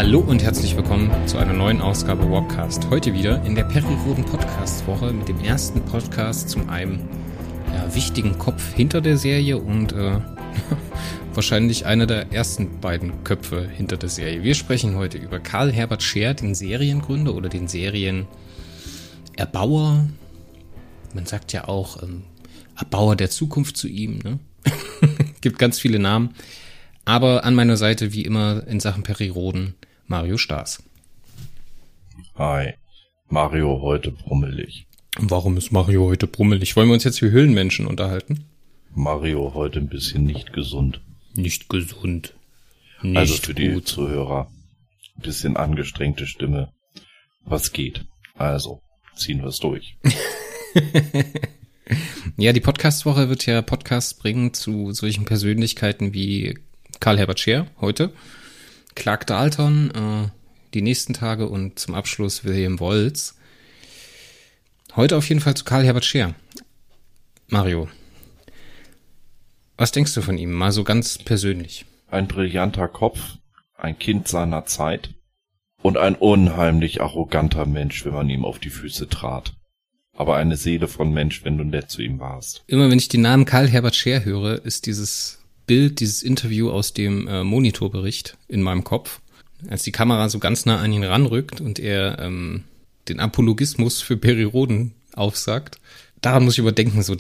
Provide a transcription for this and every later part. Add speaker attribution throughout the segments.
Speaker 1: Hallo und herzlich willkommen zu einer neuen Ausgabe Warpcast. Heute wieder in der Perry-Roden-Podcast-Woche mit dem ersten Podcast zu einem wichtigen Kopf hinter der Serie und wahrscheinlich einer der ersten beiden Köpfe hinter der Serie. Wir sprechen heute über Karl Herbert Scheer, den Seriengründer oder den Serienerbauer. Man sagt ja auch Erbauer der Zukunft zu ihm, ne? Gibt ganz viele Namen. Aber an meiner Seite, wie immer, in Sachen Perry-Roden, Mario Staas.
Speaker 2: Hi, Mario heute brummelig.
Speaker 1: Warum ist Mario heute brummelig? Wollen wir uns jetzt wie Höhlenmenschen unterhalten?
Speaker 2: Mario heute ein bisschen nicht gesund.
Speaker 1: Nicht gesund. Nicht
Speaker 2: also für die
Speaker 1: gut.
Speaker 2: Zuhörer, ein bisschen angestrengte Stimme. Was geht? Also, ziehen wir es durch.
Speaker 1: Ja, die Podcast-Woche wird ja Podcasts bringen zu solchen Persönlichkeiten wie Karl Herbert Scheer heute, Clark Dalton die nächsten Tage und zum Abschluss William Woltz. Heute auf jeden Fall zu Karl Herbert Scheer. Mario, was denkst du von ihm? Mal so ganz persönlich.
Speaker 2: Ein brillanter Kopf, ein Kind seiner Zeit und ein unheimlich arroganter Mensch, wenn man ihm auf die Füße trat. Aber eine Seele von Mensch, wenn du nett zu ihm warst.
Speaker 1: Immer wenn ich den Namen Karl Herbert Scheer höre, ist dieses Bild, dieses Interview aus dem Monitorbericht in meinem Kopf, als die Kamera so ganz nah an ihn ranrückt und er den Apologismus für Perry-Roden aufsagt. Daran muss ich überdenken, so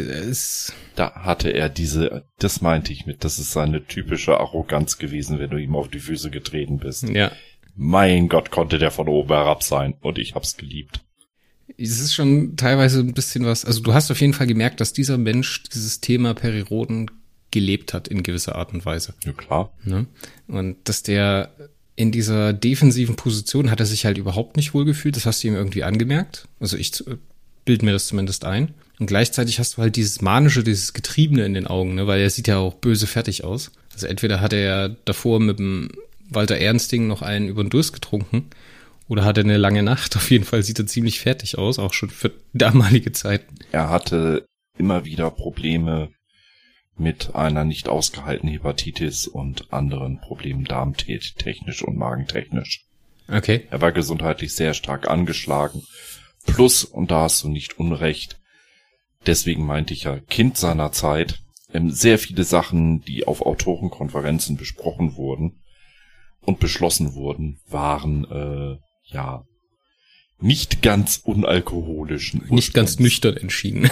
Speaker 2: Da hatte er das meinte ich mit, das ist seine typische Arroganz gewesen, wenn du ihm auf die Füße getreten bist.
Speaker 1: Ja.
Speaker 2: Mein Gott, konnte der von oben herab sein und ich hab's geliebt.
Speaker 1: Es ist schon teilweise ein bisschen was, also du hast auf jeden Fall gemerkt, dass dieser Mensch dieses Thema Perry-Roden gelebt hat in gewisser Art und Weise.
Speaker 2: Ja, klar.
Speaker 1: Ne? Und dass der in dieser defensiven Position hat er sich halt überhaupt nicht wohlgefühlt, das hast du ihm irgendwie angemerkt. Also ich bilde mir das zumindest ein. Und gleichzeitig hast du halt dieses Manische, dieses Getriebene in den Augen, ne? Weil er sieht ja auch böse fertig aus. Also entweder hat er ja davor mit dem Walter Ernsting noch einen über den Durst getrunken oder hat er eine lange Nacht. Auf jeden Fall sieht er ziemlich fertig aus, auch schon für damalige Zeiten.
Speaker 2: Er hatte immer wieder Probleme mit einer nicht ausgehaltenen Hepatitis und anderen Problemen darmtechnisch und magentechnisch.
Speaker 1: Okay.
Speaker 2: Er war gesundheitlich sehr stark angeschlagen. Plus, und da hast du nicht unrecht, deswegen meinte ich ja, Kind seiner Zeit, sehr viele Sachen, die auf Autorenkonferenzen besprochen wurden und beschlossen wurden, waren, nicht ganz unalkoholisch.
Speaker 1: Nicht ganz nüchtern entschieden.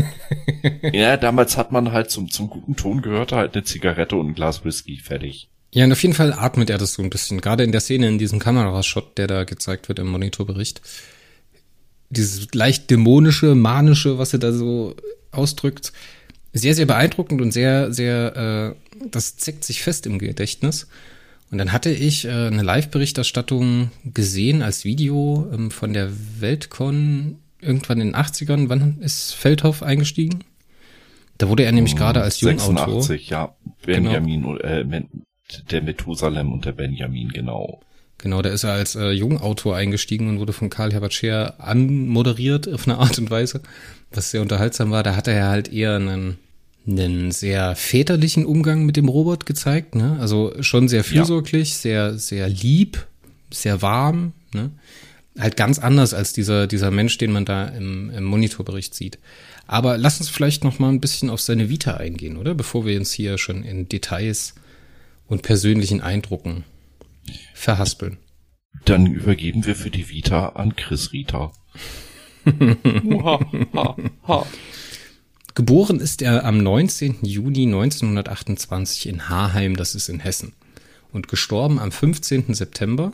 Speaker 2: Ja, damals hat man halt zum guten Ton gehört, halt eine Zigarette und ein Glas Whisky, fertig.
Speaker 1: Ja, und auf jeden Fall atmet er das so ein bisschen. Gerade in der Szene, in diesem Kamerashot, der da gezeigt wird im Monitorbericht. Dieses leicht dämonische, manische, was er da so ausdrückt. Sehr, sehr beeindruckend und sehr, sehr, das zeckt sich fest im Gedächtnis. Und dann hatte ich eine Live-Berichterstattung gesehen als Video von der Weltcon irgendwann in den 80ern. Wann ist Feldhoff eingestiegen? Da wurde er nämlich gerade als Jungautor.
Speaker 2: 86, ja. Benjamin, genau. Der Methusalem und der Benjamin, genau.
Speaker 1: Genau, da ist er als Jungautor eingestiegen und wurde von Karl Herbert Scheer anmoderiert auf eine Art und Weise, was sehr unterhaltsam war. Da hat er ja halt eher einen sehr väterlichen Umgang mit dem Robot gezeigt, ne? Also schon sehr fürsorglich, sehr, sehr lieb, sehr warm, ne? Halt ganz anders als dieser Mensch, den man da im Monitorbericht sieht. Aber lass uns vielleicht noch mal ein bisschen auf seine Vita eingehen, oder? Bevor wir uns hier schon in Details und persönlichen Eindrücken verhaspeln.
Speaker 2: Dann übergeben wir für die Vita an Chris Rieter.
Speaker 1: Geboren ist er am 19. Juni 1928 in Haarheim, das ist in Hessen. Und gestorben am 15. September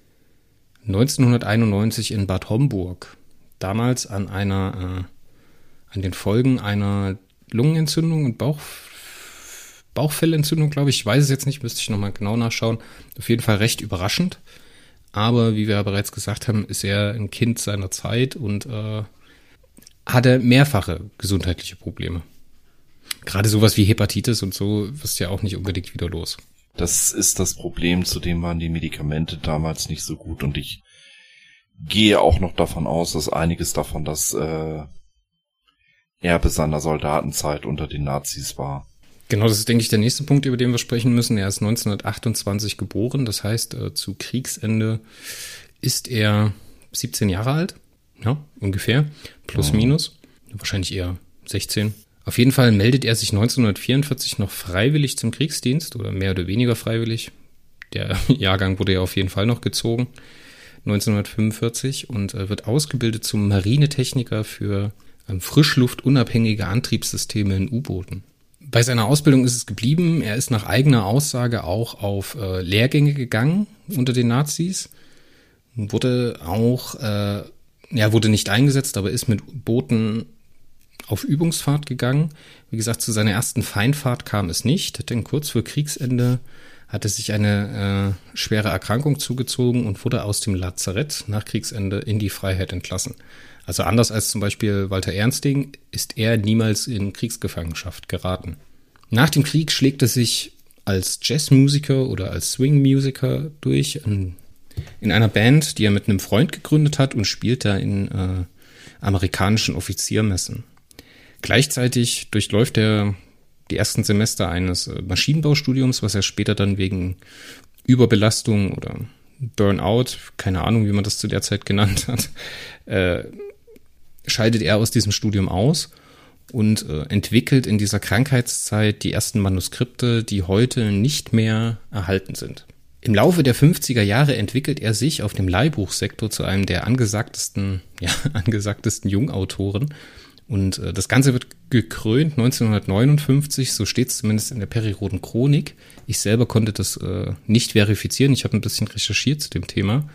Speaker 1: 1991 in Bad Homburg. Damals an den Folgen einer Lungenentzündung und Bauchfellentzündung, glaube ich. Ich weiß es jetzt nicht, müsste ich nochmal genau nachschauen. Auf jeden Fall recht überraschend. Aber wie wir ja bereits gesagt haben, ist er ein Kind seiner Zeit und hatte mehrfache gesundheitliche Probleme. Gerade sowas wie Hepatitis und so wirst ja auch nicht unbedingt wieder los.
Speaker 2: Das ist das Problem, zudem waren die Medikamente damals nicht so gut und ich gehe auch noch davon aus, dass einiges davon das Erbe seiner Soldatenzeit unter den Nazis war.
Speaker 1: Genau, das ist, denke ich, der nächste Punkt, über den wir sprechen müssen. Er ist 1928 geboren, das heißt, zu Kriegsende ist er 17 Jahre alt, ja, ungefähr, plus minus, wahrscheinlich eher 16. Auf jeden Fall meldet er sich 1944 noch freiwillig zum Kriegsdienst oder mehr oder weniger freiwillig. Der Jahrgang wurde ja auf jeden Fall noch gezogen, 1945, und wird ausgebildet zum Marinetechniker für frischluftunabhängige Antriebssysteme in U-Booten. Bei seiner Ausbildung ist es geblieben. Er ist nach eigener Aussage auch auf Lehrgänge gegangen unter den Nazis. Wurde auch, wurde nicht eingesetzt, aber ist mit Booten auf Übungsfahrt gegangen. Wie gesagt, zu seiner ersten Feindfahrt kam es nicht, denn kurz vor Kriegsende hatte sich eine schwere Erkrankung zugezogen und wurde aus dem Lazarett nach Kriegsende in die Freiheit entlassen. Also anders als zum Beispiel Walter Ernsting ist er niemals in Kriegsgefangenschaft geraten. Nach dem Krieg schlägt er sich als Jazzmusiker oder als Swingmusiker durch in einer Band, die er mit einem Freund gegründet hat, und spielt da in amerikanischen Offiziermessen. Gleichzeitig durchläuft er die ersten Semester eines Maschinenbaustudiums, was er später dann wegen Überbelastung oder Burnout, keine Ahnung, wie man das zu der Zeit genannt hat, scheidet er aus diesem Studium aus und entwickelt in dieser Krankheitszeit die ersten Manuskripte, die heute nicht mehr erhalten sind. Im Laufe der 50er Jahre entwickelt er sich auf dem Leihbuchsektor zu einem der angesagtesten Jungautoren. Und das Ganze wird gekrönt 1959, so steht es zumindest in der Periroden Chronik. Ich selber konnte das nicht verifizieren, ich habe ein bisschen recherchiert zu dem Thema.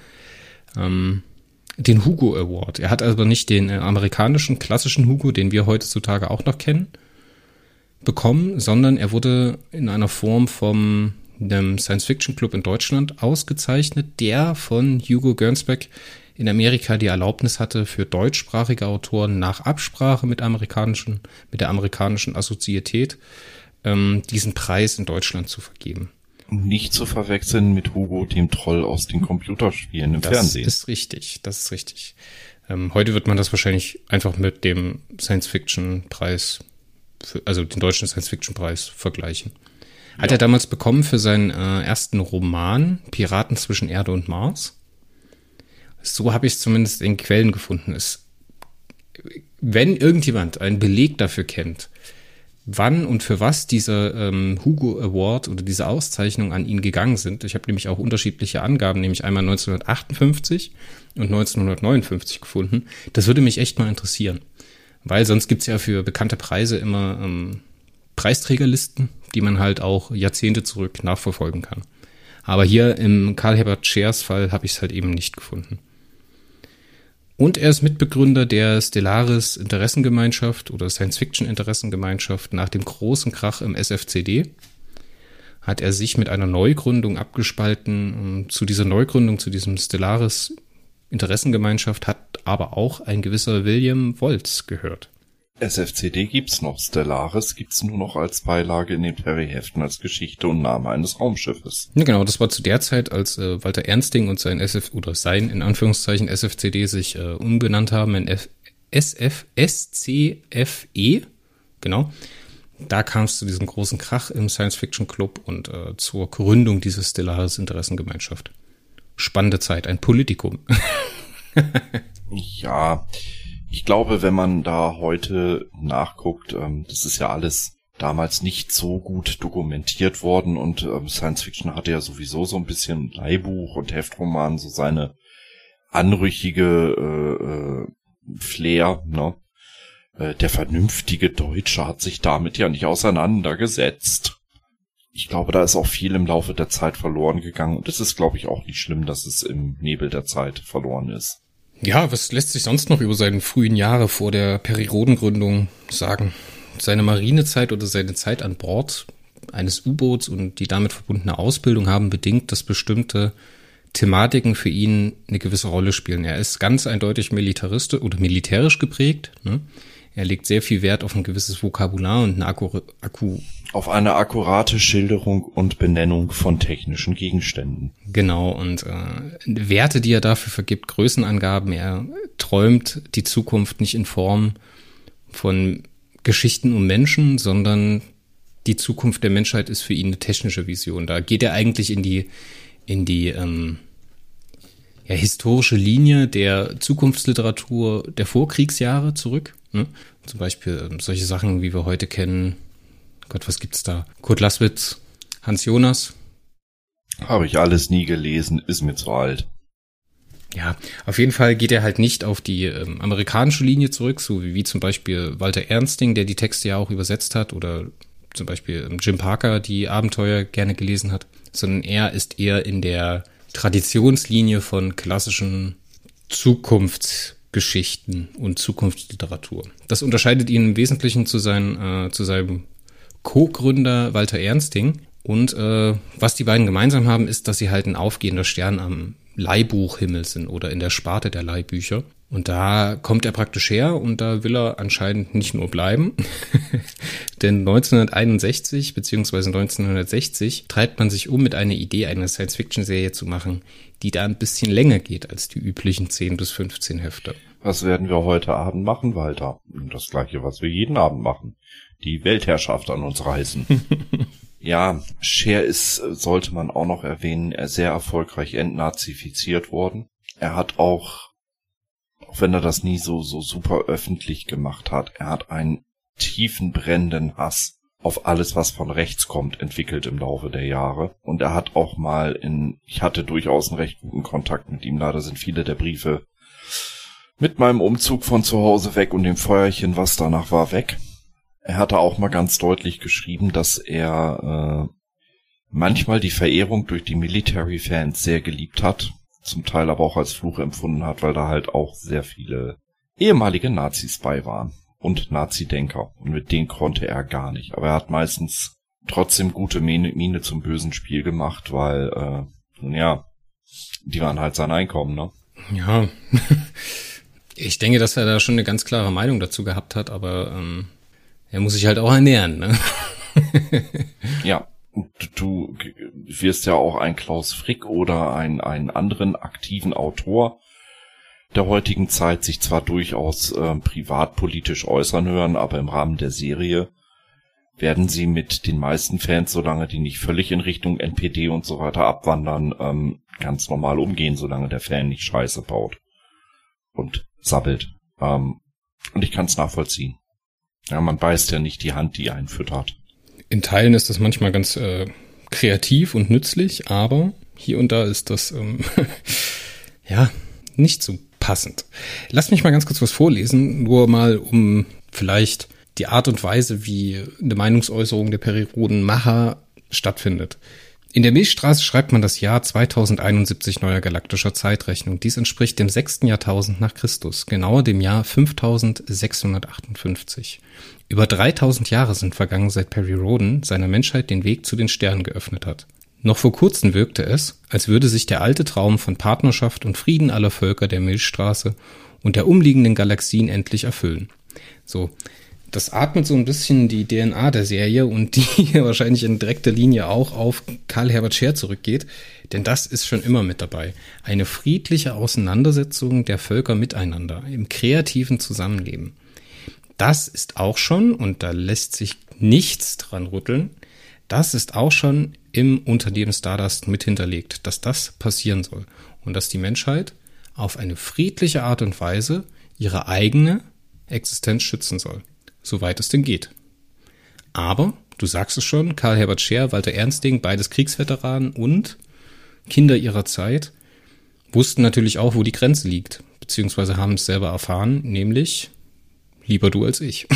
Speaker 1: Den Hugo Award. Er hat aber nicht den amerikanischen klassischen Hugo, den wir heutzutage auch noch kennen, bekommen, sondern er wurde in einer Form vom einem Science-Fiction-Club in Deutschland ausgezeichnet, der von Hugo Gernsback in Amerika die Erlaubnis hatte, für deutschsprachige Autoren nach Absprache mit der amerikanischen Assozietät diesen Preis in Deutschland zu vergeben.
Speaker 2: Nicht zu verwechseln mit Hugo, dem Troll aus den Computerspielen im Fernsehen.
Speaker 1: Das ist richtig. Heute wird man das wahrscheinlich einfach mit dem Science-Fiction-Preis, also den deutschen Science-Fiction-Preis vergleichen. Hat er damals bekommen für seinen ersten Roman Piraten zwischen Erde und Mars. So habe ich es zumindest in Quellen gefunden. Wenn irgendjemand einen Beleg dafür kennt, wann und für was dieser Hugo Award oder diese Auszeichnung an ihn gegangen sind. Ich habe nämlich auch unterschiedliche Angaben, nämlich einmal 1958 und 1959 gefunden. Das würde mich echt mal interessieren, weil sonst gibt's ja für bekannte Preise immer Preisträgerlisten, die man halt auch Jahrzehnte zurück nachverfolgen kann. Aber hier im Karl Herbert Scheers Fall habe ich es halt eben nicht gefunden. Und er ist Mitbegründer der Stellaris Interessengemeinschaft oder Science-Fiction-Interessengemeinschaft. Nach dem großen Krach im SFCD hat er sich mit einer Neugründung abgespalten. Zu dieser Neugründung, zu diesem Stellaris Interessengemeinschaft, hat aber auch ein gewisser William Woltz gehört.
Speaker 2: SFCD gibt's noch, Stellaris gibt's nur noch als Beilage in den Perry-Heften als Geschichte und Name eines Raumschiffes.
Speaker 1: Ja, genau, das war zu der Zeit, als Walter Ernsting und sein in Anführungszeichen SFCD sich umbenannt haben in SCFE, genau. Da kam es zu diesem großen Krach im Science-Fiction-Club und zur Gründung dieses Stellaris Interessengemeinschaft. Spannende Zeit, ein Politikum.
Speaker 2: Ja, ich glaube, wenn man da heute nachguckt, das ist ja alles damals nicht so gut dokumentiert worden und Science Fiction hatte ja sowieso so ein bisschen Leihbuch und Heftroman, so seine anrüchige Flair, ne? Der vernünftige Deutsche hat sich damit ja nicht auseinandergesetzt. Ich glaube, da ist auch viel im Laufe der Zeit verloren gegangen und es ist, glaube ich, auch nicht schlimm, dass es im Nebel der Zeit verloren ist.
Speaker 1: Ja, was lässt sich sonst noch über seine frühen Jahre vor der Perirodengründung sagen? Seine Marinezeit oder seine Zeit an Bord eines U-Boots und die damit verbundene Ausbildung haben bedingt, dass bestimmte Thematiken für ihn eine gewisse Rolle spielen. Er ist ganz eindeutig militärisch geprägt, ne? Er legt sehr viel Wert auf ein gewisses Vokabular und
Speaker 2: auf eine akkurate Schilderung und Benennung von technischen Gegenständen.
Speaker 1: Genau, und Werte, die er dafür vergibt, Größenangaben. Er träumt die Zukunft nicht in Form von Geschichten um Menschen, sondern die Zukunft der Menschheit ist für ihn eine technische Vision. Da geht er eigentlich in die historische Linie der Zukunftsliteratur der Vorkriegsjahre zurück. Ne? Zum Beispiel solche Sachen, wie wir heute kennen. Gott, was gibt's da? Kurt Laßwitz, Hans Jonas.
Speaker 2: Habe ich alles nie gelesen, ist mir zu alt.
Speaker 1: Ja, auf jeden Fall geht er halt nicht auf die amerikanische Linie zurück, so wie zum Beispiel Walter Ernsting, der die Texte ja auch übersetzt hat, oder zum Beispiel Jim Parker die Abenteuer gerne gelesen hat, sondern er ist eher in der Traditionslinie von klassischen Zukunftsgeschichten und Zukunftsliteratur. Das unterscheidet ihn im Wesentlichen zu seinem Co-Gründer Walter Ernsting. Und was die beiden gemeinsam haben, ist, dass sie halt ein aufgehender Stern am Leihbuchhimmel sind oder in der Sparte der Leihbücher. Und da kommt er praktisch her und da will er anscheinend nicht nur bleiben. Denn 1961 bzw. 1960 treibt man sich mit einer Idee, eine Science-Fiction-Serie zu machen, die da ein bisschen länger geht als die üblichen 10 bis 15 Hefte.
Speaker 2: Was werden wir heute Abend machen, Walter? Das Gleiche, was wir jeden Abend machen. Die Weltherrschaft an uns reißen. Ja, Scheer ist, sollte man auch noch erwähnen, sehr erfolgreich entnazifiziert worden. Er hat auch wenn er das nie so super öffentlich gemacht hat, er hat einen tiefen, brennenden Hass auf alles, was von rechts kommt, entwickelt im Laufe der Jahre. Und er hat auch mal ich hatte durchaus einen recht guten Kontakt mit ihm. Leider sind viele der Briefe mit meinem Umzug von zu Hause weg und dem Feuerchen, was danach war, weg. Er hatte auch mal ganz deutlich geschrieben, dass er manchmal die Verehrung durch die Military-Fans sehr geliebt hat, zum Teil aber auch als Fluch empfunden hat, weil da halt auch sehr viele ehemalige Nazis bei waren und Nazi-Denker. Und mit denen konnte er gar nicht. Aber er hat meistens trotzdem gute Miene zum bösen Spiel gemacht, weil, die waren halt sein Einkommen, ne?
Speaker 1: Ja, ich denke, dass er da schon eine ganz klare Meinung dazu gehabt hat, aber er muss sich halt auch ernähren, ne?
Speaker 2: Ja. Du wirst ja auch einen Klaus Frick oder einen anderen aktiven Autor der heutigen Zeit sich zwar durchaus privatpolitisch äußern hören, aber im Rahmen der Serie werden sie mit den meisten Fans, solange die nicht völlig in Richtung NPD und so weiter abwandern, ganz normal umgehen, solange der Fan nicht Scheiße baut und sabbelt. Und ich kann es nachvollziehen. Ja, man beißt ja nicht die Hand, die einen füttert.
Speaker 1: In Teilen ist das manchmal ganz kreativ und nützlich, aber hier und da ist das nicht so passend. Lass mich mal ganz kurz was vorlesen, nur mal um vielleicht die Art und Weise, wie eine Meinungsäußerung der Periodenmacher stattfindet. In der Milchstraße schreibt man das Jahr 2071 neuer galaktischer Zeitrechnung. Dies entspricht dem 6. Jahrtausend nach Christus, genauer dem Jahr 5658. Über 3000 Jahre sind vergangen, seit Perry Rhodan seiner Menschheit den Weg zu den Sternen geöffnet hat. Noch vor kurzem wirkte es, als würde sich der alte Traum von Partnerschaft und Frieden aller Völker der Milchstraße und der umliegenden Galaxien endlich erfüllen. So, das atmet so ein bisschen die DNA der Serie und die hier wahrscheinlich in direkter Linie auch auf Karl Herbert Scheer zurückgeht, denn das ist schon immer mit dabei. Eine friedliche Auseinandersetzung der Völker miteinander im kreativen Zusammenleben. Das ist auch schon, und da lässt sich nichts dran rütteln, das ist auch schon im Unternehmen Stardust mit hinterlegt, dass das passieren soll und dass die Menschheit auf eine friedliche Art und Weise ihre eigene Existenz schützen soll. Soweit es denn geht. Aber, du sagst es schon, Karl Herbert Scheer, Walter Ernsting, beides Kriegsveteranen und Kinder ihrer Zeit, wussten natürlich auch, wo die Grenze liegt, beziehungsweise haben es selber erfahren, nämlich lieber du als ich.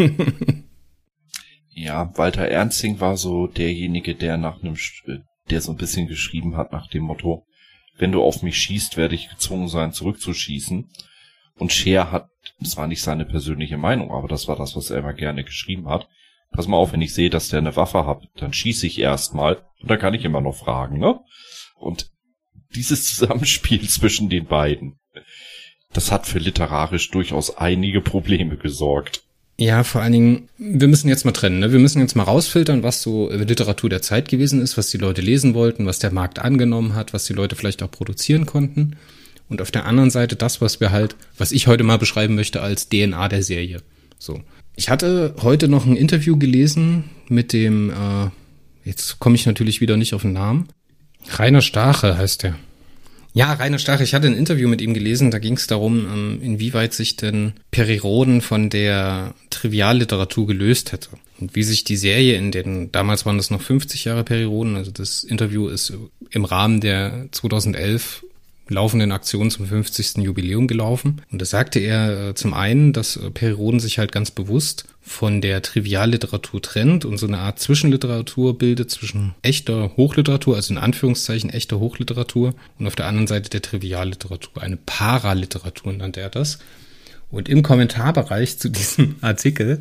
Speaker 2: Ja, Walter Ernsting war so derjenige, der der so ein bisschen geschrieben hat nach dem Motto, wenn du auf mich schießt, werde ich gezwungen sein, zurückzuschießen. Und Scheer das war nicht seine persönliche Meinung, aber das war das, was er immer gerne geschrieben hat. Pass mal auf, wenn ich sehe, dass der eine Waffe hat, dann schieße ich erstmal und dann kann ich immer noch fragen, ne? Und dieses Zusammenspiel zwischen den beiden, das hat für literarisch durchaus einige Probleme gesorgt.
Speaker 1: Ja, vor allen Dingen, wir müssen jetzt mal trennen, ne? Wir müssen jetzt mal rausfiltern, was so Literatur der Zeit gewesen ist, was die Leute lesen wollten, was der Markt angenommen hat, was die Leute vielleicht auch produzieren konnten. Und auf der anderen Seite das, was ich heute mal beschreiben möchte als DNA der Serie. So. Ich hatte heute noch ein Interview gelesen mit dem, jetzt komme ich natürlich wieder nicht auf den Namen. Rainer Stache heißt der. Ja, Rainer Stache, ich hatte ein Interview mit ihm gelesen, da ging es darum, inwieweit sich denn Peri Rhoden von der Trivialliteratur gelöst hätte. Und wie sich die Serie damals waren das noch 50 Jahre Peri Rhoden, also das Interview ist im Rahmen der 2011 laufenden Aktion zum 50. Jubiläum gelaufen. Und da sagte er zum einen, dass Peri Rhoden sich halt ganz bewusst von der Trivialliteratur trennt und so eine Art Zwischenliteratur bildet zwischen echter Hochliteratur, also in Anführungszeichen echter Hochliteratur, und auf der anderen Seite der Trivialliteratur, eine Paraliteratur nannte er das. Und im Kommentarbereich zu diesem Artikel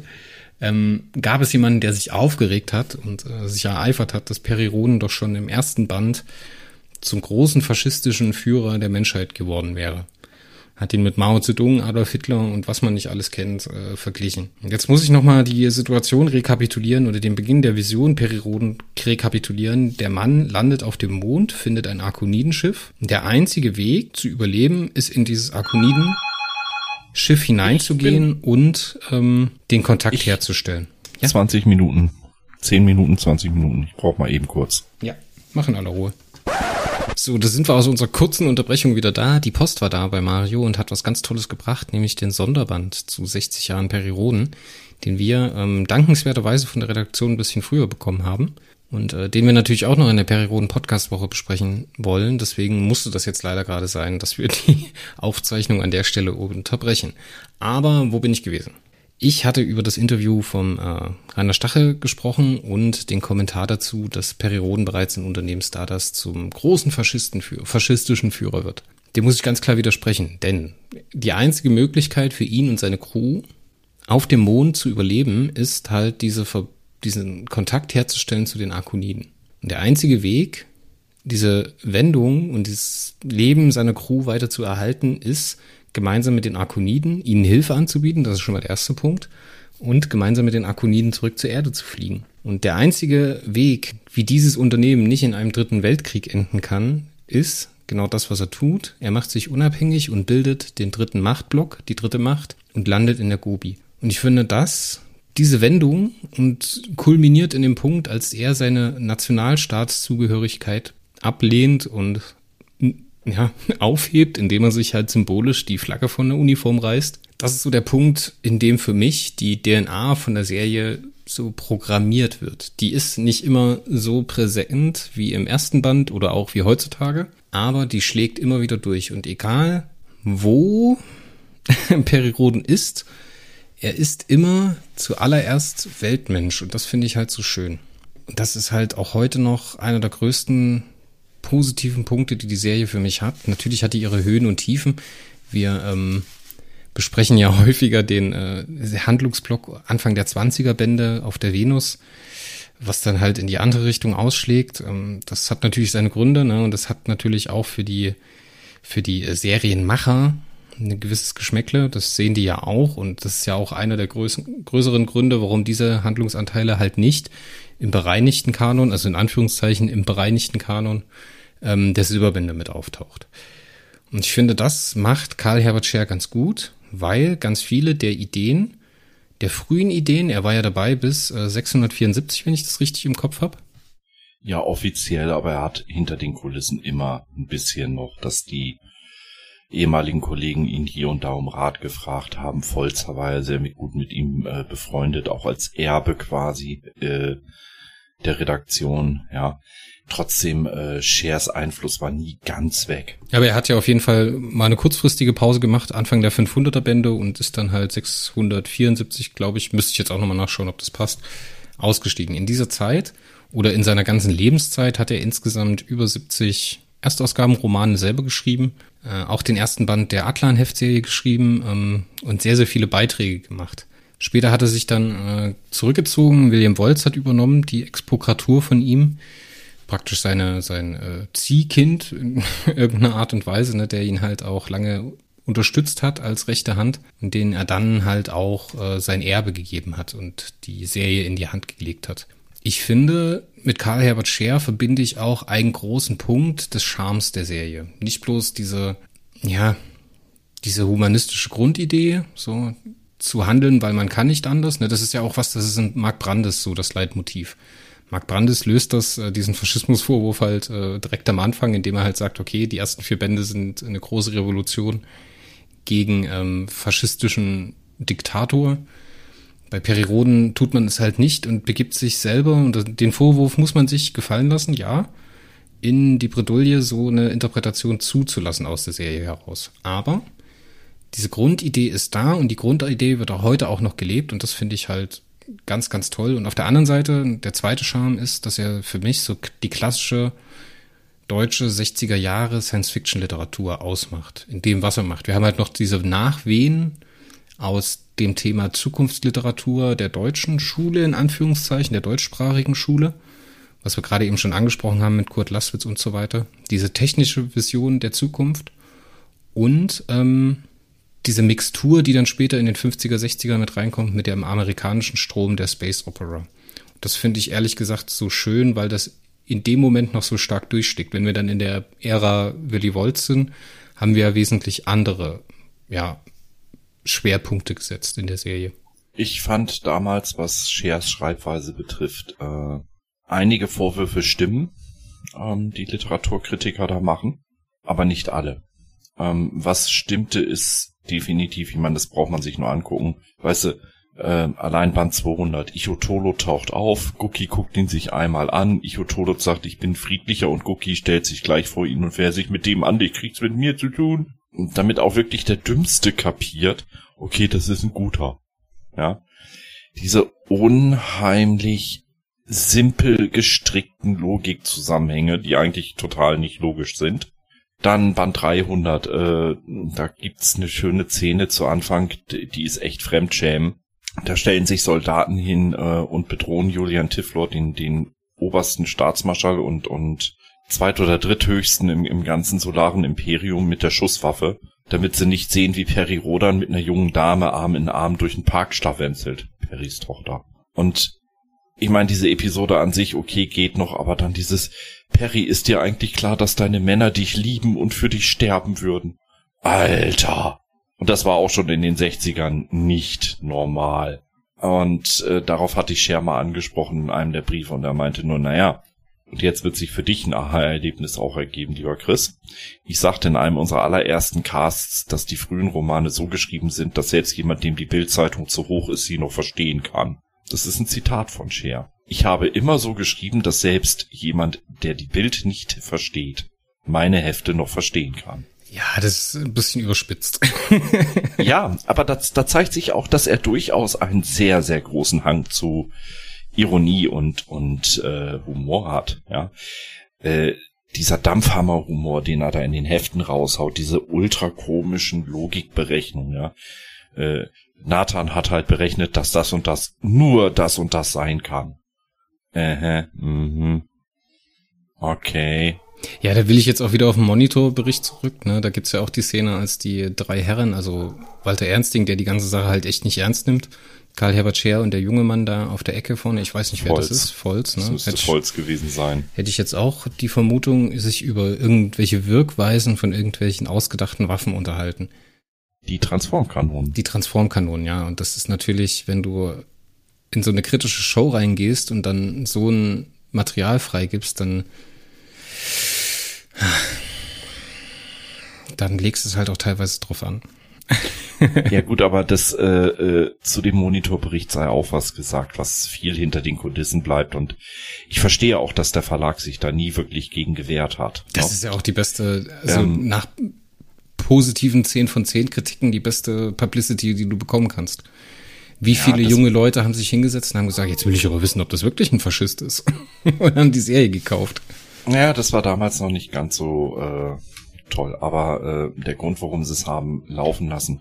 Speaker 1: gab es jemanden, der sich aufgeregt hat und sich ereifert hat, dass Peri Rhoden doch schon im ersten Band zum großen faschistischen Führer der Menschheit geworden wäre. Hat ihn mit Mao Zedong, Adolf Hitler und was man nicht alles kennt, verglichen. Und jetzt muss ich nochmal die Situation rekapitulieren oder den Beginn der Vision Peri Rhoden rekapitulieren. Der Mann landet auf dem Mond, findet ein Arkonidenschiff. Der einzige Weg zu überleben ist, in dieses Arkonidenschiff hineinzugehen und den Kontakt herzustellen.
Speaker 2: Ja? 20 Minuten. 10 Minuten, 20 Minuten. Ich brauche mal eben kurz.
Speaker 1: Ja, mach in aller Ruhe. So, da sind wir aus unserer kurzen Unterbrechung wieder da. Die Post war da bei Mario und hat was ganz Tolles gebracht, nämlich den Sonderband zu 60 Jahren Peri Rhoden, den wir dankenswerterweise von der Redaktion ein bisschen früher bekommen haben und den wir natürlich auch noch in der Peri Rhoden Podcast-Woche besprechen wollen. Deswegen musste das jetzt leider gerade sein, dass wir die Aufzeichnung an der Stelle unterbrechen. Aber wo bin ich gewesen? Ich hatte über das Interview vom Rainer Stache gesprochen und den Kommentar dazu, dass Peri Rhoden bereits in Unternehmen Stardust zum großen faschistischen Führer wird. Dem muss ich ganz klar widersprechen, denn die einzige Möglichkeit für ihn und seine Crew auf dem Mond zu überleben, ist halt diesen Kontakt herzustellen zu den Arkoniden. Und der einzige Weg, diese Wendung und dieses Leben seiner Crew weiter zu erhalten, ist, gemeinsam mit den Arkoniden ihnen Hilfe anzubieten, das ist schon mal der erste Punkt, und gemeinsam mit den Arkoniden zurück zur Erde zu fliegen. Und der einzige Weg, wie dieses Unternehmen nicht in einem dritten Weltkrieg enden kann, ist genau das, was er tut. Er macht sich unabhängig und bildet den dritten Machtblock, die dritte Macht, und landet in der Gobi. Und ich finde diese Wendung und kulminiert in dem Punkt, als er seine Nationalstaatszugehörigkeit ablehnt und aufhebt, indem er sich halt symbolisch die Flagge von der Uniform reißt. Das ist so der Punkt, in dem für mich die DNA von der Serie so programmiert wird. Die ist nicht immer so präsent wie im ersten Band oder auch wie heutzutage, aber die schlägt immer wieder durch. Und egal, wo Peri Rhoden ist, er ist immer zuallererst Weltmensch. Und das finde ich halt so schön. Und das ist halt auch heute noch einer der größten positiven Punkte, die Serie für mich hat. Natürlich hat die ihre Höhen und Tiefen. Wir besprechen ja häufiger den Handlungsblock Anfang der 20er Bände auf der Venus, was dann halt in die andere Richtung ausschlägt. Das hat natürlich seine Gründe, ne? Und das hat natürlich auch für die Serienmacher ein gewisses Geschmäckle. Das sehen die ja auch, und das ist ja auch einer der größeren Gründe, warum diese Handlungsanteile halt nicht im bereinigten Kanon, also in Anführungszeichen im bereinigten Kanon der Silberbände mit auftaucht. Und ich finde, das macht Karl Herbert Scheer ganz gut, weil ganz viele der frühen Ideen, er war ja dabei bis 674, wenn ich das richtig im Kopf habe.
Speaker 2: Ja, offiziell, aber er hat hinter den Kulissen immer ein bisschen noch, dass die ehemaligen Kollegen ihn hier und da um Rat gefragt haben. Volzer war ja sehr gut mit ihm befreundet, auch als Erbe quasi der Redaktion, ja. Trotzdem, Scheers Einfluss war nie ganz weg.
Speaker 1: Aber er hat ja auf jeden Fall mal eine kurzfristige Pause gemacht, Anfang der 500er Bände, und ist dann halt 674, glaube ich, müsste ich jetzt auch nochmal nachschauen, ob das passt, ausgestiegen. In dieser Zeit oder in seiner ganzen Lebenszeit hat er insgesamt über 70 Erstausgaben, Romane selber geschrieben, auch den ersten Band der Atlan-Heftserie geschrieben und sehr, sehr viele Beiträge gemacht. Später hat er sich dann zurückgezogen, William Wolz hat übernommen, die Expokratur von ihm, praktisch sein Ziehkind in irgendeiner Art und Weise, ne, der ihn halt auch lange unterstützt hat als rechte Hand, und denen er dann halt auch sein Erbe gegeben hat und die Serie in die Hand gelegt hat. Ich finde, mit Karl Herbert Scheer verbinde ich auch einen großen Punkt des Charmes der Serie. Nicht bloß diese humanistische Grundidee, so zu handeln, weil man kann nicht anders. Ne? Das ist ja auch was, das ist in Mark Brandes so das Leitmotiv. Mark Brandes löst diesen Faschismusvorwurf halt direkt am Anfang, indem er halt sagt, okay, die ersten 4 Bände sind eine große Revolution gegen faschistischen Diktator. Bei Peri Rhodan tut man es halt nicht und begibt sich selber, und den Vorwurf muss man sich gefallen lassen, ja, in die Bredouille so eine Interpretation zuzulassen aus der Serie heraus. Aber diese Grundidee ist da und die Grundidee wird auch heute auch noch gelebt und das finde ich halt ganz, ganz toll. Und auf der anderen Seite, der zweite Charme ist, dass er für mich so die klassische deutsche 60er Jahre Science-Fiction-Literatur ausmacht, in dem, was er macht. Wir haben halt noch diese Nachwehen aus dem Thema Zukunftsliteratur der deutschen Schule, in Anführungszeichen, der deutschsprachigen Schule, was wir gerade eben schon angesprochen haben mit Kurt Laßwitz und so weiter. Diese technische Vision der Zukunft und diese Mixtur, die dann später in den 50er, 60er mit reinkommt, mit dem amerikanischen Strom der Space Opera. Das finde ich ehrlich gesagt so schön, weil das in dem Moment noch so stark durchsteckt. Wenn wir dann in der Ära Willy Wolz sind, haben wir ja wesentlich andere, Schwerpunkte gesetzt in der Serie.
Speaker 2: Ich fand damals, was Scheers Schreibweise betrifft, einige Vorwürfe stimmen, die Literaturkritiker da machen, aber nicht alle. Was stimmte, ist definitiv, ich meine, das braucht man sich nur angucken. Weißt du, allein Band 200, Ichotolo taucht auf, Gucki guckt ihn sich einmal an, Ichotolo sagt, ich bin friedlicher und Gucki stellt sich gleich vor ihn und wer sich mit dem an, ich kriegt's mit mir zu tun. Und damit auch wirklich der Dümmste kapiert, okay, das ist ein guter. Ja, diese unheimlich simpel gestrickten Logikzusammenhänge, die eigentlich total nicht logisch sind. Dann Band 300, da gibt's eine schöne Szene zu Anfang, die ist echt Fremdschämen. Da stellen sich Soldaten hin und bedrohen Julian Tiflor, den obersten Staatsmarschall und zweit- oder dritthöchsten im ganzen solaren Imperium mit der Schusswaffe, damit sie nicht sehen, wie Peri Rhodan mit einer jungen Dame Arm in Arm durch den Park schlawenzelt, Peris Tochter. Und ich meine, diese Episode an sich, okay, geht noch, aber dann dieses, Peri, ist dir eigentlich klar, dass deine Männer dich lieben und für dich sterben würden? Alter! Und das war auch schon in den 60ern nicht normal. Und darauf hatte ich Scher mal angesprochen in einem der Briefe und er meinte nur, naja, und jetzt wird sich für dich ein Aha-Erlebnis auch ergeben, lieber Chris. Ich sagte in einem unserer allerersten Casts, dass die frühen Romane so geschrieben sind, dass selbst jemand, dem die Bild-Zeitung zu hoch ist, sie noch verstehen kann. Das ist ein Zitat von Scher. Ich habe immer so geschrieben, dass selbst jemand, der die Bild nicht versteht, meine Hefte noch verstehen kann.
Speaker 1: Ja, das ist ein bisschen überspitzt.
Speaker 2: Ja, aber da zeigt sich auch, dass er durchaus einen sehr, sehr großen Hang zu Ironie und Humor hat. Ja, dieser Dampfhammer-Humor, den er da in den Heften raushaut, diese ultra komischen Logikberechnungen. Ja, Nathan hat halt berechnet, dass das und das nur das und das sein kann. Okay.
Speaker 1: Ja, da will ich jetzt auch wieder auf den Monitorbericht zurück. Ne? Da gibt's ja auch die Szene, als die 3 Herren, also Walter Ernsting, der die ganze Sache halt echt nicht ernst nimmt, Karl Herbert Scher und der junge Mann da auf der Ecke vorne, ich weiß nicht, wer das ist. Volz, ne?
Speaker 2: Das müsste Volz gewesen sein.
Speaker 1: Hätte ich jetzt auch die Vermutung, sich über irgendwelche Wirkweisen von irgendwelchen ausgedachten Waffen unterhalten.
Speaker 2: Die Transformkanonen.
Speaker 1: Die Transformkanonen, ja. Und das ist natürlich, wenn du in so eine kritische Show reingehst und dann so ein Material freigibst, dann legst du es halt auch teilweise drauf an.
Speaker 2: Ja gut, aber das zu dem Monitorbericht sei auch was gesagt, was viel hinter den Kulissen bleibt und ich verstehe auch, dass der Verlag sich da nie wirklich gegen gewehrt hat.
Speaker 1: Das ist ja auch die beste, also nach positiven 10 von 10 Kritiken die beste Publicity, die du bekommen kannst. Wie viele junge Leute haben sich hingesetzt und haben gesagt, jetzt will ich aber wissen, ob das wirklich ein Faschist ist. Und haben die Serie gekauft.
Speaker 2: Ja, das war damals noch nicht ganz so toll, aber der Grund, warum sie es haben laufen lassen.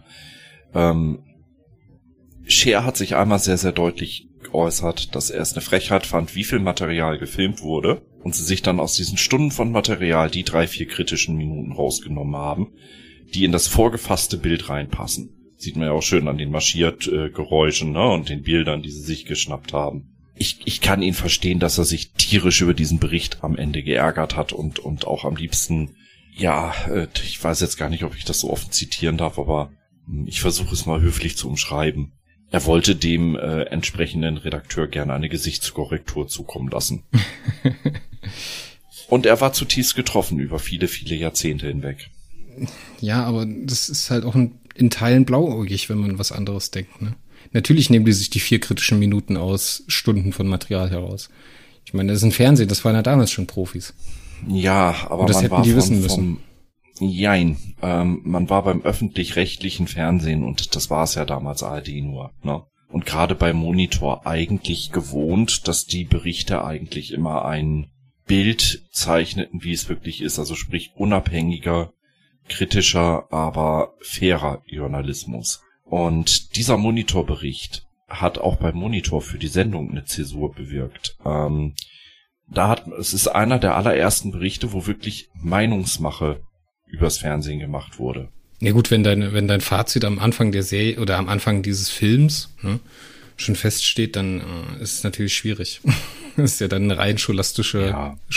Speaker 2: Scher hat sich einmal sehr, sehr deutlich geäußert, dass er es eine Frechheit fand, wie viel Material gefilmt wurde und sie sich dann aus diesen Stunden von Material die 3-4 kritischen Minuten rausgenommen haben, die in das vorgefasste Bild reinpassen. Sieht man ja auch schön an den Marschiertgeräuschen, ne, und den Bildern, die sie sich geschnappt haben. Ich kann ihn verstehen, dass er sich tierisch über diesen Bericht am Ende geärgert hat und auch am liebsten, ja, ich weiß jetzt gar nicht, ob ich das so offen zitieren darf, aber Ich versuche es mal höflich zu umschreiben. Er wollte dem entsprechenden Redakteur gerne eine Gesichtskorrektur zukommen lassen. Und er war zutiefst getroffen über viele, viele Jahrzehnte hinweg.
Speaker 1: Ja, aber das ist halt auch in Teilen blauäugig, wenn man was anderes denkt, ne? Natürlich nehmen die sich die 4 kritischen Minuten aus Stunden von Material heraus. Ich meine, das ist ein Fernsehen, das waren ja damals schon Profis.
Speaker 2: Ja, aber
Speaker 1: und das hätten die wissen müssen.
Speaker 2: Man war beim öffentlich-rechtlichen Fernsehen und das war es ja damals ARD nur, ne? Und gerade beim Monitor eigentlich gewohnt, dass die Berichte eigentlich immer ein Bild zeichneten, wie es wirklich ist, also sprich unabhängiger, kritischer, aber fairer Journalismus. Und dieser Monitorbericht hat auch beim Monitor für die Sendung eine Zäsur bewirkt. Es ist einer der allerersten Berichte, wo wirklich Meinungsmache übers Fernsehen gemacht wurde.
Speaker 1: Ja gut, wenn dein Fazit am Anfang der Serie oder am Anfang dieses Films, ne, schon feststeht, dann ist es natürlich schwierig. Das ist ja dann eine rein scholastische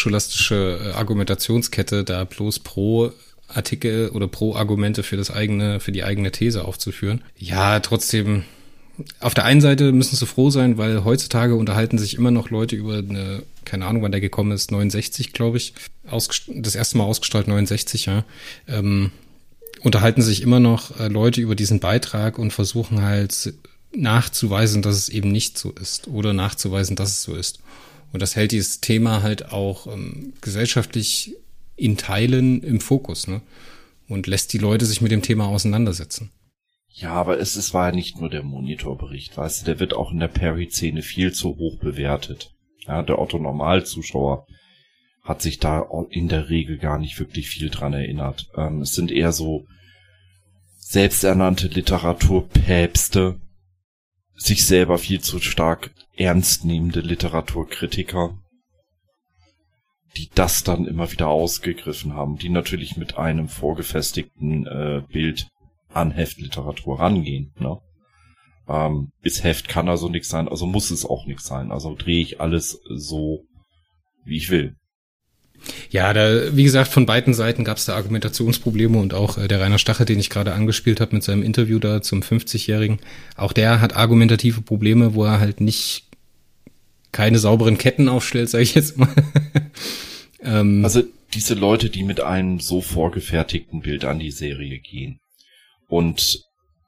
Speaker 1: Argumentationskette, da bloß pro Artikel oder pro Argumente für die eigene These aufzuführen. Ja, trotzdem, auf der einen Seite müssen sie froh sein, weil heutzutage unterhalten sich immer noch Leute über eine, keine Ahnung, wann der gekommen ist, 69, glaube ich, das erste Mal ausgestrahlt 69, ja, unterhalten sich immer noch Leute über diesen Beitrag und versuchen halt nachzuweisen, dass es eben nicht so ist oder nachzuweisen, dass es so ist. Und das hält dieses Thema halt auch gesellschaftlich in Teilen im Fokus, ne? Und lässt die Leute sich mit dem Thema auseinandersetzen.
Speaker 2: Ja, aber es war ja nicht nur der Monitorbericht, weißt du, der wird auch in der Perry-Szene viel zu hoch bewertet. Ja, der Otto-Normalzuschauer hat sich da in der Regel gar nicht wirklich viel dran erinnert. Es sind eher so selbsternannte Literaturpäpste, sich selber viel zu stark ernst nehmende Literaturkritiker, die das dann immer wieder ausgegriffen haben, die natürlich mit einem vorgefestigten Bild an Heftliteratur rangehen, ne? Ist Heft, kann also nichts sein, also muss es auch nichts sein. Also drehe ich alles so, wie ich will.
Speaker 1: Ja, wie gesagt, von beiden Seiten gab es da Argumentationsprobleme und auch der Rainer Stachel, den ich gerade angespielt habe mit seinem Interview da zum 50-Jährigen, auch der hat argumentative Probleme, wo er halt keine sauberen Ketten aufstellt, sage ich jetzt mal.
Speaker 2: Also diese Leute, die mit einem so vorgefertigten Bild an die Serie gehen und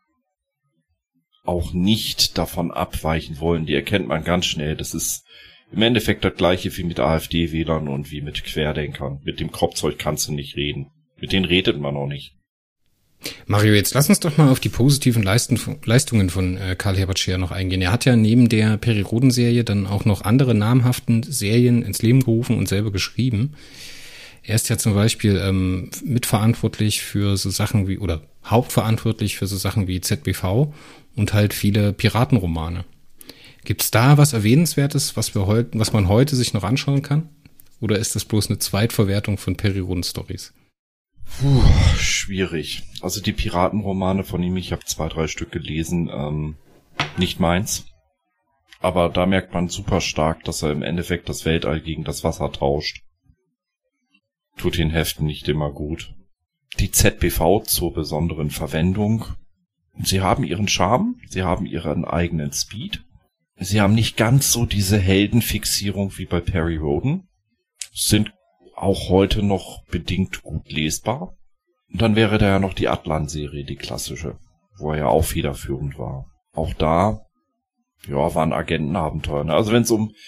Speaker 2: auch nicht davon abweichen wollen, die erkennt man ganz schnell. Das ist im Endeffekt das gleiche wie mit AfD-Wählern und wie mit Querdenkern. Mit dem Kopfzeug kannst du nicht reden. Mit denen redet man auch nicht.
Speaker 1: Mario, jetzt lass uns doch mal auf die positiven Leistungen von Karl Herbert Scheer noch eingehen. Er hat ja neben der Peri-Roden-Serie dann auch noch andere namhaften Serien ins Leben gerufen und selber geschrieben. Er ist ja zum Beispiel mitverantwortlich für so Sachen wie, oder hauptverantwortlich für so Sachen wie ZBV und halt viele Piratenromane. Gibt's da was Erwähnenswertes, was man heute sich noch anschauen kann? Oder ist das bloß eine Zweitverwertung von Peri-Roden-Stories?
Speaker 2: Schwierig. Also die Piratenromane von ihm, ich habe 2-3 Stück gelesen, nicht meins. Aber da merkt man super stark, dass er im Endeffekt das Weltall gegen das Wasser tauscht. Tut den Heften nicht immer gut. Die ZBV zur besonderen Verwendung. Sie haben ihren Charme, sie haben ihren eigenen Speed. Sie haben nicht ganz so diese Heldenfixierung wie bei Perry Roden. Sind auch heute noch bedingt gut lesbar. Und dann wäre da ja noch die Atlan-Serie, die klassische, wo er ja auch federführend war. Auch da, ja, waren Agentenabenteuer. Ne? Also wenn es um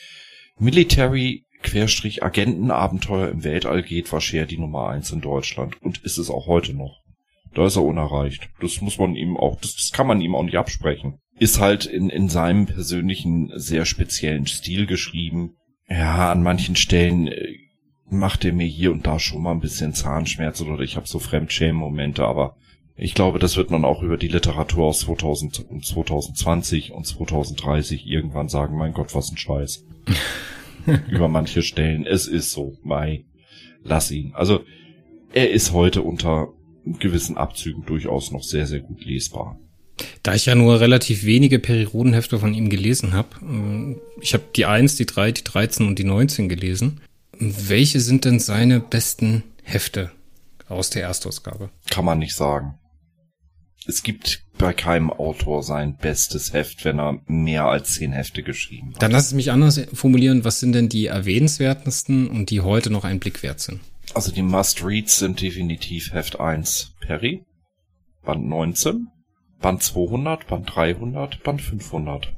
Speaker 2: Military-Agentenabenteuer im Weltall geht, war Scheer die Nummer 1 in Deutschland. Und ist es auch heute noch. Da ist er unerreicht. Das muss man ihm auch, das kann man ihm auch nicht absprechen. Ist halt in seinem persönlichen, sehr speziellen Stil geschrieben. Ja, an manchen Stellen macht er mir hier und da schon mal ein bisschen Zahnschmerzen oder ich habe so Fremdschämen-Momente, aber ich glaube, das wird man auch über die Literatur aus 2000 und 2020 und 2030 irgendwann sagen, mein Gott, was ein Scheiß. Über manche Stellen. Es ist so, lass ihn. Also, er ist heute unter gewissen Abzügen durchaus noch sehr, sehr gut lesbar.
Speaker 1: Da ich ja nur relativ wenige Peri-Roden-Hefte von ihm gelesen habe, ich habe die 1, die 3, die 13 und die 19 gelesen. Welche sind denn seine besten Hefte aus der Erstausgabe?
Speaker 2: Kann man nicht sagen. es gibt bei keinem Autor sein bestes Heft, wenn er mehr als 10 Hefte geschrieben hat.
Speaker 1: Dann lass es mich anders formulieren. Was sind denn die erwähnenswertesten und die heute noch einen Blick wert sind?
Speaker 2: Also die Must-Reads sind definitiv Heft 1 Perry, Band 19, Band 200, Band 300, Band 500.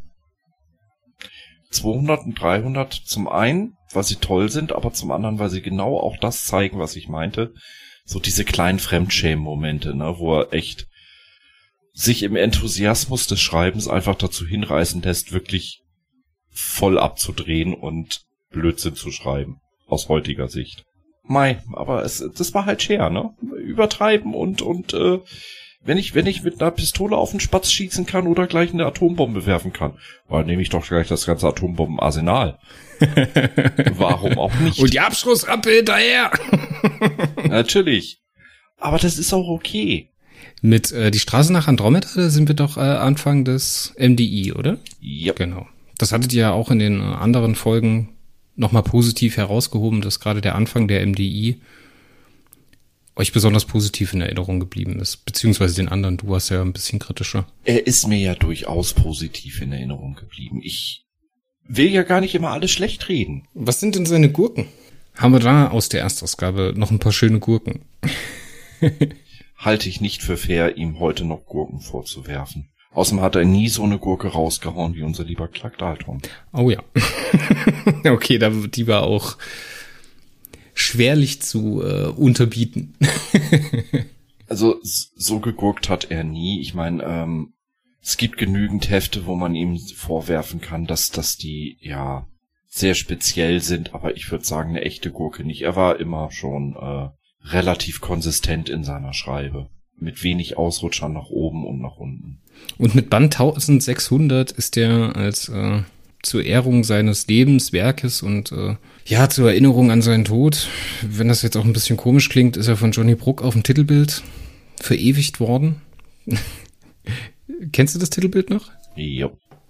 Speaker 2: 200 und 300 zum einen, weil sie toll sind, aber zum anderen, weil sie genau auch das zeigen, was ich meinte. So diese kleinen Fremdschämen-Momente, ne, wo er echt sich im Enthusiasmus des Schreibens einfach dazu hinreißen lässt, wirklich voll abzudrehen und Blödsinn zu schreiben. Aus heutiger Sicht. Aber das war halt Scheer, ne? Übertreiben und wenn ich mit einer Pistole auf den Spatz schießen kann oder gleich eine Atombombe werfen kann, dann nehme ich doch gleich das ganze Atombombenarsenal. Warum auch nicht?
Speaker 1: Und die Abschussrampe hinterher!
Speaker 2: Natürlich. Aber das ist auch okay.
Speaker 1: Mit die Straße nach Andromeda, da sind wir doch Anfang des MDI, oder?
Speaker 2: Ja.
Speaker 1: Genau. Das hattet ihr ja auch in den anderen Folgen nochmal positiv herausgehoben, dass gerade der Anfang der MDI euch besonders positiv in Erinnerung geblieben ist. Beziehungsweise den anderen, du warst ja ein bisschen kritischer.
Speaker 2: Er ist mir ja durchaus positiv in Erinnerung geblieben. Ich will ja gar nicht immer alles schlecht reden.
Speaker 1: Was sind denn seine Gurken? Haben wir da aus der Erstausgabe noch ein paar schöne Gurken?
Speaker 2: Halte ich nicht für fair, ihm heute noch Gurken vorzuwerfen. Außerdem hat er nie so eine Gurke rausgehauen wie unser lieber Clark Dalton.
Speaker 1: Oh ja. Okay, die war auch schwerlich zu unterbieten.
Speaker 2: Also so gegurkt hat er nie. Ich meine, es gibt genügend Hefte, wo man ihm vorwerfen kann, dass die ja sehr speziell sind, aber ich würde sagen, eine echte Gurke nicht. Er war immer schon relativ konsistent in seiner Schreibe. Mit wenig Ausrutschern nach oben und nach unten.
Speaker 1: Und mit Band 1600 ist er als zur Ehrung seines Lebenswerkes und zur Erinnerung an seinen Tod, wenn das jetzt auch ein bisschen komisch klingt, ist er von Johnny Brooke auf dem Titelbild verewigt worden. Kennst du das Titelbild noch?
Speaker 2: Ja.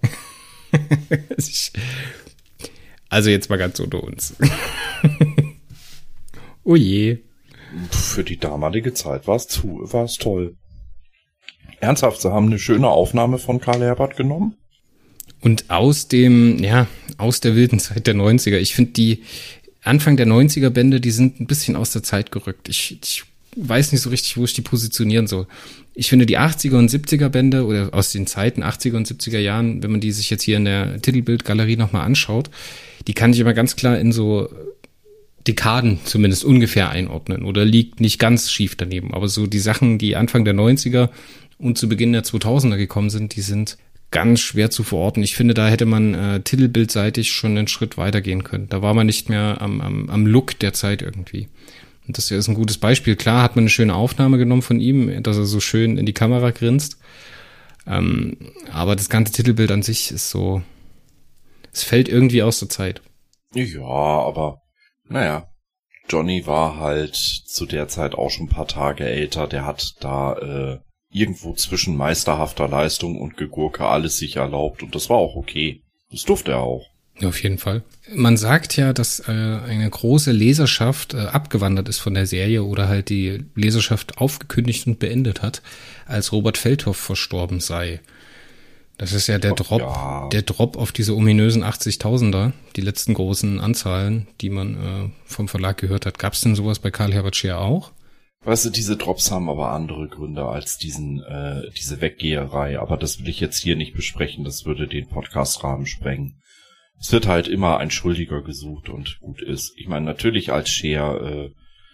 Speaker 1: Also jetzt mal ganz unter uns. Oh je.
Speaker 2: Für die damalige Zeit war es toll. Ernsthaft, sie haben eine schöne Aufnahme von Karl Herbert genommen.
Speaker 1: Und aus der wilden Zeit der 90er. Ich finde die Anfang der 90er Bände, die sind ein bisschen aus der Zeit gerückt. Ich weiß nicht so richtig, wo ich die positionieren soll. Ich finde die 80er und 70er Bände oder aus den Zeiten 80er und 70er Jahren, wenn man die sich jetzt hier in der Titelbildgalerie nochmal anschaut, die kann ich immer ganz klar in so Dekaden zumindest ungefähr einordnen oder liegt nicht ganz schief daneben. Aber so die Sachen, die Anfang der 90er und zu Beginn der 2000er gekommen sind, die sind ganz schwer zu verorten. Ich finde, da hätte man titelbildseitig schon einen Schritt weitergehen können. Da war man nicht mehr am Look der Zeit irgendwie. Und das ist ein gutes Beispiel. Klar hat man eine schöne Aufnahme genommen von ihm, dass er so schön in die Kamera grinst. Aber das ganze Titelbild an sich ist so, es fällt irgendwie aus der Zeit.
Speaker 2: Ja, aber naja, Johnny war halt zu der Zeit auch schon ein paar Tage älter. Der hat da irgendwo zwischen meisterhafter Leistung und Gegurke alles sich erlaubt. Und das war auch okay. Das durfte er auch.
Speaker 1: Ja, auf jeden Fall. Man sagt ja, dass eine große Leserschaft abgewandert ist von der Serie oder halt die Leserschaft aufgekündigt und beendet hat, als Robert Feldhoff verstorben sei. Das ist ja der Drop auf diese ominösen 80.000er, die letzten großen Anzahlen, die man vom Verlag gehört hat. Gab es denn sowas bei Karl Herbert Scheer auch?
Speaker 2: Weißt du, diese Drops haben aber andere Gründe als diese Weggeherei. Aber das will ich jetzt hier nicht besprechen, das würde den Podcast-Rahmen sprengen. Es wird halt immer ein Schuldiger gesucht und gut ist. Ich meine, natürlich als Scheer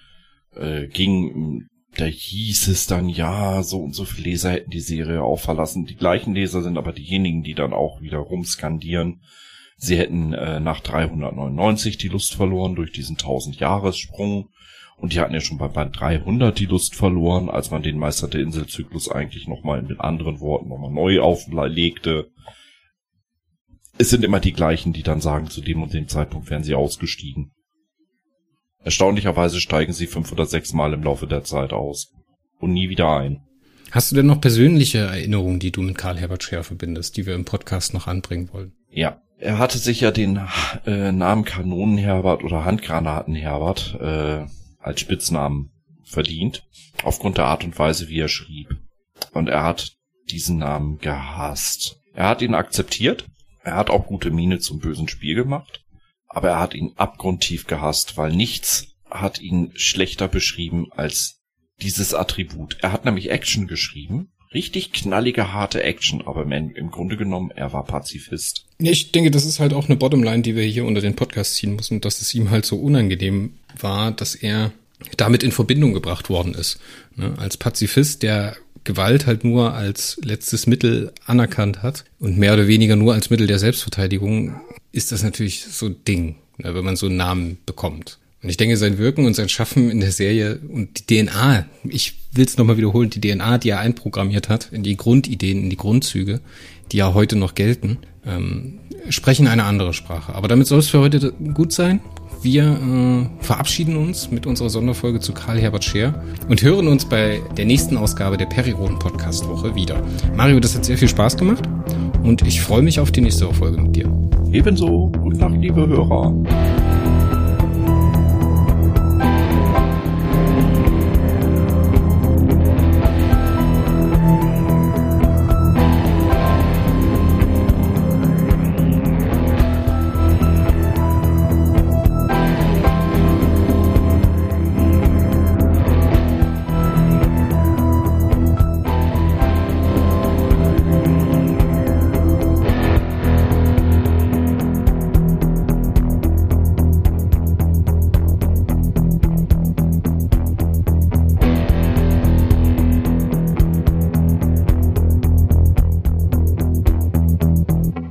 Speaker 2: da hieß es dann, ja, so und so viele Leser hätten die Serie auch verlassen. Die gleichen Leser sind aber diejenigen, die dann auch wieder rumskandieren. Sie hätten nach 399 die Lust verloren durch diesen 1000-Jahres-Sprung. Und die hatten ja schon bei Band 300 die Lust verloren, als man den Meister der Inselzyklus eigentlich nochmal mit anderen Worten nochmal neu auflegte. Es sind immer die gleichen, die dann sagen, zu dem und dem Zeitpunkt wären sie ausgestiegen. Erstaunlicherweise steigen sie 5 oder 6 Mal im Laufe der Zeit aus. Und nie wieder ein.
Speaker 1: Hast du denn noch persönliche Erinnerungen, die du mit Karl Herbert Scheer verbindest, die wir im Podcast noch anbringen wollen?
Speaker 2: Ja, er hatte sich ja den Namen Kanonen-Herbert oder Handgranaten-Herbert als Spitznamen verdient. Aufgrund der Art und Weise, wie er schrieb. und er hat diesen Namen gehasst. Er hat ihn akzeptiert, er hat auch gute Miene zum bösen Spiel gemacht, aber er hat ihn abgrundtief gehasst, weil nichts hat ihn schlechter beschrieben als dieses Attribut. Er hat nämlich Action geschrieben, richtig knallige, harte Action, aber im Grunde genommen, er war Pazifist.
Speaker 1: Ich denke, das ist halt auch eine Bottomline, die wir hier unter den Podcast ziehen müssen, dass es ihm halt so unangenehm war, dass er damit in Verbindung gebracht worden ist. Ne? Als Pazifist, der Gewalt halt nur als letztes Mittel anerkannt hat und mehr oder weniger nur als Mittel der Selbstverteidigung, ist das natürlich so ein Ding, ne, wenn man so einen Namen bekommt. Und ich denke, sein Wirken und sein Schaffen in der Serie und die DNA, ich will es nochmal wiederholen, die DNA, die er einprogrammiert hat, in die Grundideen, in die Grundzüge, die ja heute noch gelten, sprechen eine andere Sprache. Aber damit soll es für heute gut sein. Wir verabschieden uns mit unserer Sonderfolge zu Karl Herbert Scheer und hören uns bei der nächsten Ausgabe der Periroden-Podcast-Woche wieder. Mario, das hat sehr viel Spaß gemacht und ich freue mich auf die nächste Folge mit dir.
Speaker 2: Ebenso. Gute Nacht, liebe Hörer.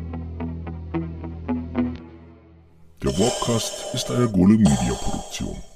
Speaker 3: Der Warpcast ist eine Golem Media Produktion.